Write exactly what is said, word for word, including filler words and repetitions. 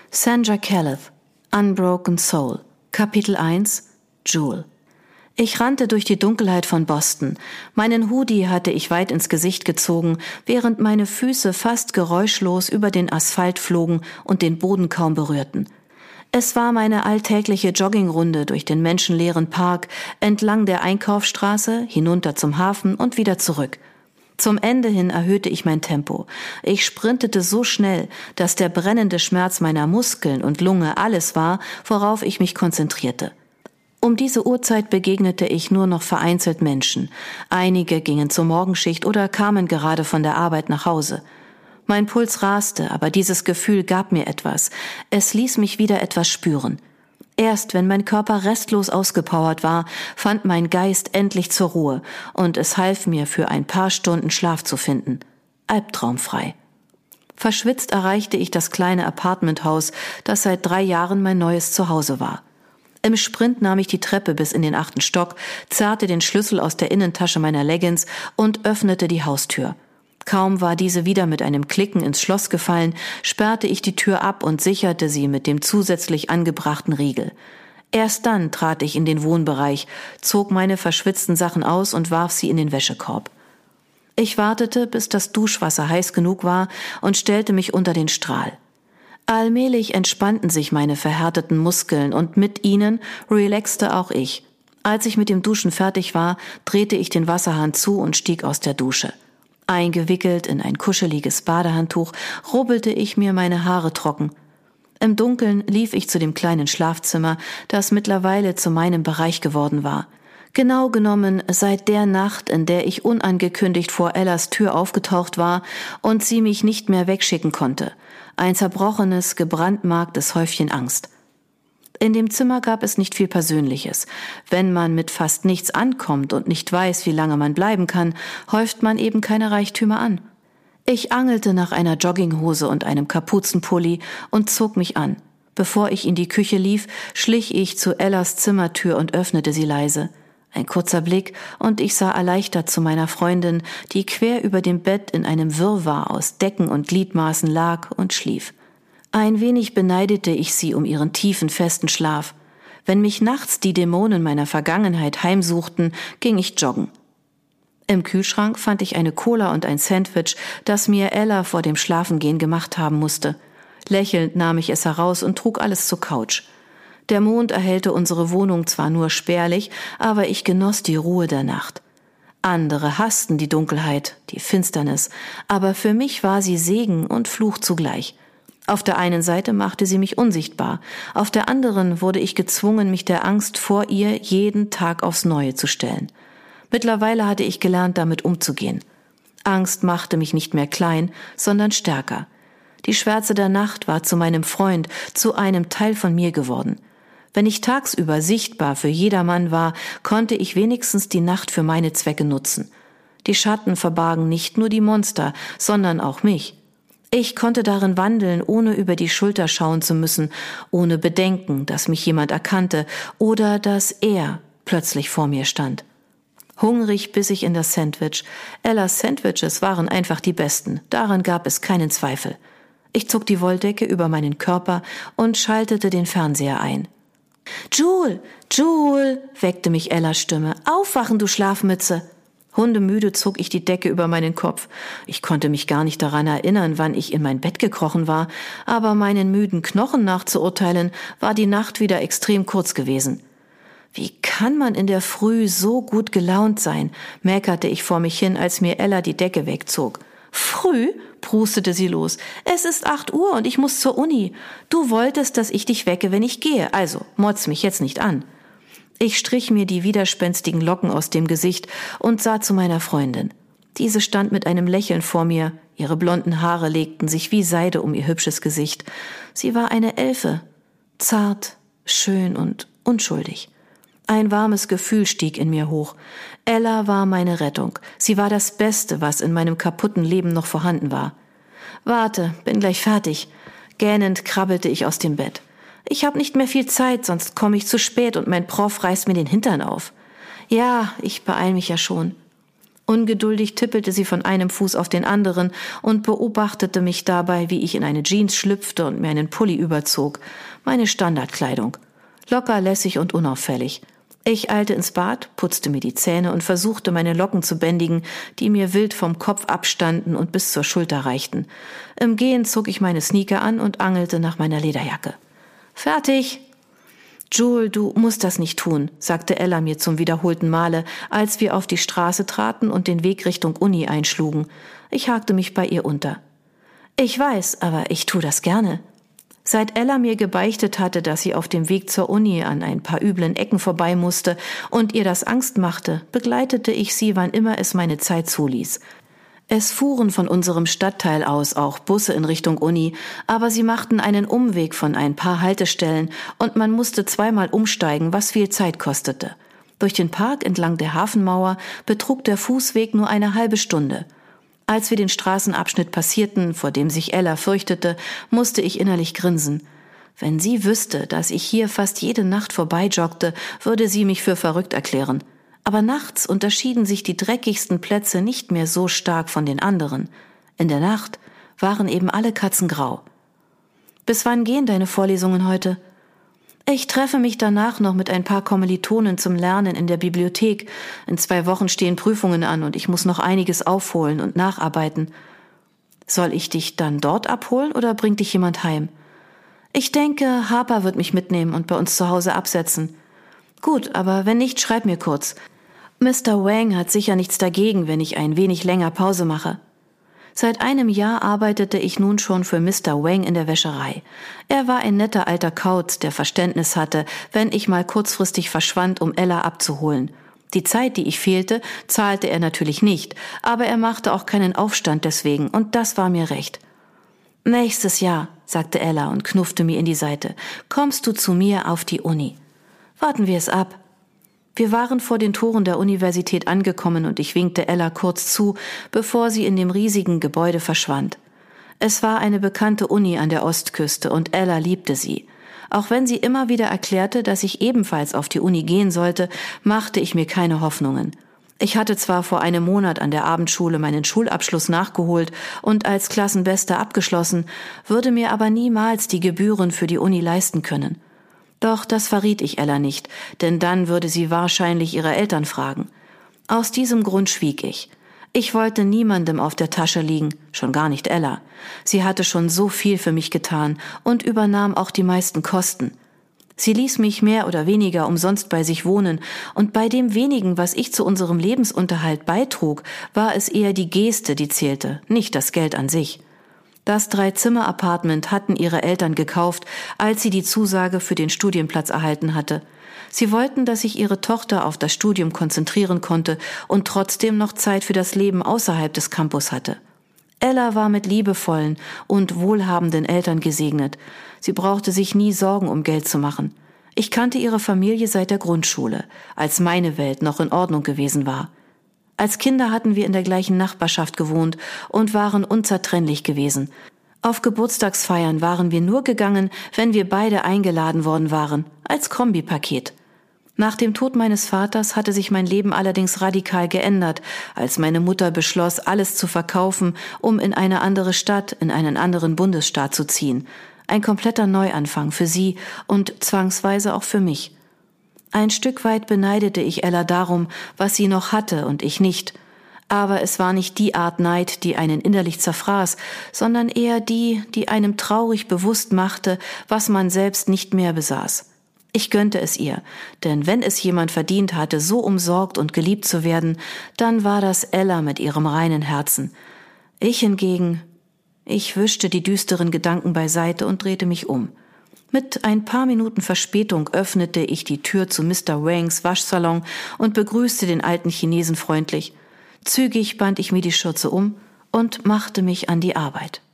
Sandra Calleth, Unbroken Soul, Kapitel eins, Jewel. Ich rannte durch die Dunkelheit von Boston. Meinen Hoodie hatte ich weit ins Gesicht gezogen, während meine Füße fast geräuschlos über den Asphalt flogen und den Boden kaum berührten. Es war meine alltägliche Joggingrunde durch den menschenleeren Park, entlang der Einkaufsstraße, hinunter zum Hafen und wieder zurück. Zum Ende hin erhöhte ich mein Tempo. Ich sprintete so schnell, dass der brennende Schmerz meiner Muskeln und Lunge alles war, worauf ich mich konzentrierte. Um diese Uhrzeit begegnete ich nur noch vereinzelt Menschen. Einige gingen zur Morgenschicht oder kamen gerade von der Arbeit nach Hause. Mein Puls raste, aber dieses Gefühl gab mir etwas. Es ließ mich wieder etwas spüren. Erst wenn mein Körper restlos ausgepowert war, fand mein Geist endlich zur Ruhe und es half mir, für ein paar Stunden Schlaf zu finden. Albtraumfrei. Verschwitzt erreichte ich das kleine Apartmenthaus, das seit drei Jahren mein neues Zuhause war. Im Sprint nahm ich die Treppe bis in den achten Stock, zerrte den Schlüssel aus der Innentasche meiner Leggings und öffnete die Haustür. Kaum war diese wieder mit einem Klicken ins Schloss gefallen, sperrte ich die Tür ab und sicherte sie mit dem zusätzlich angebrachten Riegel. Erst dann trat ich in den Wohnbereich, zog meine verschwitzten Sachen aus und warf sie in den Wäschekorb. Ich wartete, bis das Duschwasser heiß genug war und stellte mich unter den Strahl. Allmählich entspannten sich meine verhärteten Muskeln und mit ihnen relaxte auch ich. Als ich mit dem Duschen fertig war, drehte ich den Wasserhahn zu und stieg aus der Dusche. Eingewickelt in ein kuscheliges Badehandtuch rubbelte ich mir meine Haare trocken. Im Dunkeln lief ich zu dem kleinen Schlafzimmer, das mittlerweile zu meinem Bereich geworden war. Genau genommen seit der Nacht, in der ich unangekündigt vor Ellas Tür aufgetaucht war und sie mich nicht mehr wegschicken konnte. Ein zerbrochenes, gebrandmarktes Häufchen Angst. In dem Zimmer gab es nicht viel Persönliches. Wenn man mit fast nichts ankommt und nicht weiß, wie lange man bleiben kann, häuft man eben keine Reichtümer an. Ich angelte nach einer Jogginghose und einem Kapuzenpulli und zog mich an. Bevor ich in die Küche lief, schlich ich zu Ellas Zimmertür und öffnete sie leise. Ein kurzer Blick und ich sah erleichtert zu meiner Freundin, die quer über dem Bett in einem Wirrwarr aus Decken und Gliedmaßen lag und schlief. Ein wenig beneidete ich sie um ihren tiefen, festen Schlaf. Wenn mich nachts die Dämonen meiner Vergangenheit heimsuchten, ging ich joggen. Im Kühlschrank fand ich eine Cola und ein Sandwich, das mir Ella vor dem Schlafengehen gemacht haben musste. Lächelnd nahm ich es heraus und trug alles zur Couch. Der Mond erhellte unsere Wohnung zwar nur spärlich, aber ich genoss die Ruhe der Nacht. Andere hassten die Dunkelheit, die Finsternis, aber für mich war sie Segen und Fluch zugleich. Auf der einen Seite machte sie mich unsichtbar, auf der anderen wurde ich gezwungen, mich der Angst vor ihr jeden Tag aufs Neue zu stellen. Mittlerweile hatte ich gelernt, damit umzugehen. Angst machte mich nicht mehr klein, sondern stärker. Die Schwärze der Nacht war zu meinem Freund, zu einem Teil von mir geworden. Wenn ich tagsüber sichtbar für jedermann war, konnte ich wenigstens die Nacht für meine Zwecke nutzen. Die Schatten verbargen nicht nur die Monster, sondern auch mich. Ich konnte darin wandeln, ohne über die Schulter schauen zu müssen, ohne Bedenken, dass mich jemand erkannte oder dass er plötzlich vor mir stand. Hungrig biss ich in das Sandwich. Ellas Sandwiches waren einfach die besten, daran gab es keinen Zweifel. Ich zog die Wolldecke über meinen Körper und schaltete den Fernseher ein. »Jewel, Jewel«, weckte mich Ellas Stimme. »Aufwachen, du Schlafmütze!« Hundemüde zog ich die Decke über meinen Kopf. Ich konnte mich gar nicht daran erinnern, wann ich in mein Bett gekrochen war, aber meinen müden Knochen nach zu urteilen, war die Nacht wieder extrem kurz gewesen. »Wie kann man in der Früh so gut gelaunt sein?«, meckerte ich vor mich hin, als mir Ella die Decke wegzog. »Früh?«, prustete sie los. »Es ist acht Uhr und ich muss zur Uni. Du wolltest, dass ich dich wecke, wenn ich gehe, also motz mich jetzt nicht an.« Ich strich mir die widerspenstigen Locken aus dem Gesicht und sah zu meiner Freundin. Diese stand mit einem Lächeln vor mir, ihre blonden Haare legten sich wie Seide um ihr hübsches Gesicht. Sie war eine Elfe, zart, schön und unschuldig. Ein warmes Gefühl stieg in mir hoch. Ella war meine Rettung. Sie war das Beste, was in meinem kaputten Leben noch vorhanden war. »Warte, bin gleich fertig.« Gähnend krabbelte ich aus dem Bett. »Ich habe nicht mehr viel Zeit, sonst komme ich zu spät und mein Prof reißt mir den Hintern auf.« »Ja, ich beeil mich ja schon.« Ungeduldig tippelte sie von einem Fuß auf den anderen und beobachtete mich dabei, wie ich in eine Jeans schlüpfte und mir einen Pulli überzog. Meine Standardkleidung. Locker, lässig und unauffällig. Ich eilte ins Bad, putzte mir die Zähne und versuchte, meine Locken zu bändigen, die mir wild vom Kopf abstanden und bis zur Schulter reichten. Im Gehen zog ich meine Sneaker an und angelte nach meiner Lederjacke. »Fertig!« »Jule, du musst das nicht tun«, sagte Ella mir zum wiederholten Male, als wir auf die Straße traten und den Weg Richtung Uni einschlugen. Ich hakte mich bei ihr unter. »Ich weiß, aber ich tu das gerne.« Seit Ella mir gebeichtet hatte, dass sie auf dem Weg zur Uni an ein paar üblen Ecken vorbei musste und ihr das Angst machte, begleitete ich sie, wann immer es meine Zeit zuließ. Es fuhren von unserem Stadtteil aus auch Busse in Richtung Uni, aber sie machten einen Umweg von ein paar Haltestellen und man musste zweimal umsteigen, was viel Zeit kostete. Durch den Park entlang der Hafenmauer betrug der Fußweg nur eine halbe Stunde. Als wir den Straßenabschnitt passierten, vor dem sich Ella fürchtete, musste ich innerlich grinsen. Wenn sie wüsste, dass ich hier fast jede Nacht vorbeijoggte, würde sie mich für verrückt erklären. Aber nachts unterschieden sich die dreckigsten Plätze nicht mehr so stark von den anderen. In der Nacht waren eben alle Katzen grau. »Bis wann gehen deine Vorlesungen heute?« »Ich treffe mich danach noch mit ein paar Kommilitonen zum Lernen in der Bibliothek. In zwei Wochen stehen Prüfungen an und ich muss noch einiges aufholen und nacharbeiten.« »Soll ich dich dann dort abholen oder bringt dich jemand heim?« »Ich denke, Harper wird mich mitnehmen und bei uns zu Hause absetzen.« »Gut, aber wenn nicht, schreib mir kurz. Mister Wang hat sicher nichts dagegen, wenn ich ein wenig länger Pause mache.« Seit einem Jahr arbeitete ich nun schon für Mister Wang in der Wäscherei. Er war ein netter alter Kauz, der Verständnis hatte, wenn ich mal kurzfristig verschwand, um Ella abzuholen. Die Zeit, die ich fehlte, zahlte er natürlich nicht, aber er machte auch keinen Aufstand deswegen, und das war mir recht. »Nächstes Jahr«, sagte Ella und knuffte mir in die Seite, »kommst du zu mir auf die Uni. Warten wir es ab.« Wir waren vor den Toren der Universität angekommen und ich winkte Ella kurz zu, bevor sie in dem riesigen Gebäude verschwand. Es war eine bekannte Uni an der Ostküste und Ella liebte sie. Auch wenn sie immer wieder erklärte, dass ich ebenfalls auf die Uni gehen sollte, machte ich mir keine Hoffnungen. Ich hatte zwar vor einem Monat an der Abendschule meinen Schulabschluss nachgeholt und als Klassenbeste abgeschlossen, würde mir aber niemals die Gebühren für die Uni leisten können. Doch das verriet ich Ella nicht, denn dann würde sie wahrscheinlich ihre Eltern fragen. Aus diesem Grund schwieg ich. Ich wollte niemandem auf der Tasche liegen, schon gar nicht Ella. Sie hatte schon so viel für mich getan und übernahm auch die meisten Kosten. Sie ließ mich mehr oder weniger umsonst bei sich wohnen, und bei dem wenigen, was ich zu unserem Lebensunterhalt beitrug, war es eher die Geste, die zählte, nicht das Geld an sich. Das Drei-Zimmer-Apartment hatten ihre Eltern gekauft, als sie die Zusage für den Studienplatz erhalten hatte. Sie wollten, dass sich ihre Tochter auf das Studium konzentrieren konnte und trotzdem noch Zeit für das Leben außerhalb des Campus hatte. Ella war mit liebevollen und wohlhabenden Eltern gesegnet. Sie brauchte sich nie Sorgen um Geld zu machen. Ich kannte ihre Familie seit der Grundschule, als meine Welt noch in Ordnung gewesen war. Als Kinder hatten wir in der gleichen Nachbarschaft gewohnt und waren unzertrennlich gewesen. Auf Geburtstagsfeiern waren wir nur gegangen, wenn wir beide eingeladen worden waren, als Kombipaket. Nach dem Tod meines Vaters hatte sich mein Leben allerdings radikal geändert, als meine Mutter beschloss, alles zu verkaufen, um in eine andere Stadt, in einen anderen Bundesstaat zu ziehen. Ein kompletter Neuanfang für sie und zwangsweise auch für mich. Ein Stück weit beneidete ich Ella darum, was sie noch hatte und ich nicht. Aber es war nicht die Art Neid, die einen innerlich zerfraß, sondern eher die, die einem traurig bewusst machte, was man selbst nicht mehr besaß. Ich gönnte es ihr, denn wenn es jemand verdient hatte, so umsorgt und geliebt zu werden, dann war das Ella mit ihrem reinen Herzen. Ich hingegen, ich wischte die düsteren Gedanken beiseite und drehte mich um. Mit ein paar Minuten Verspätung öffnete ich die Tür zu Mister Wangs Waschsalon und begrüßte den alten Chinesen freundlich. Zügig band ich mir die Schürze um und machte mich an die Arbeit.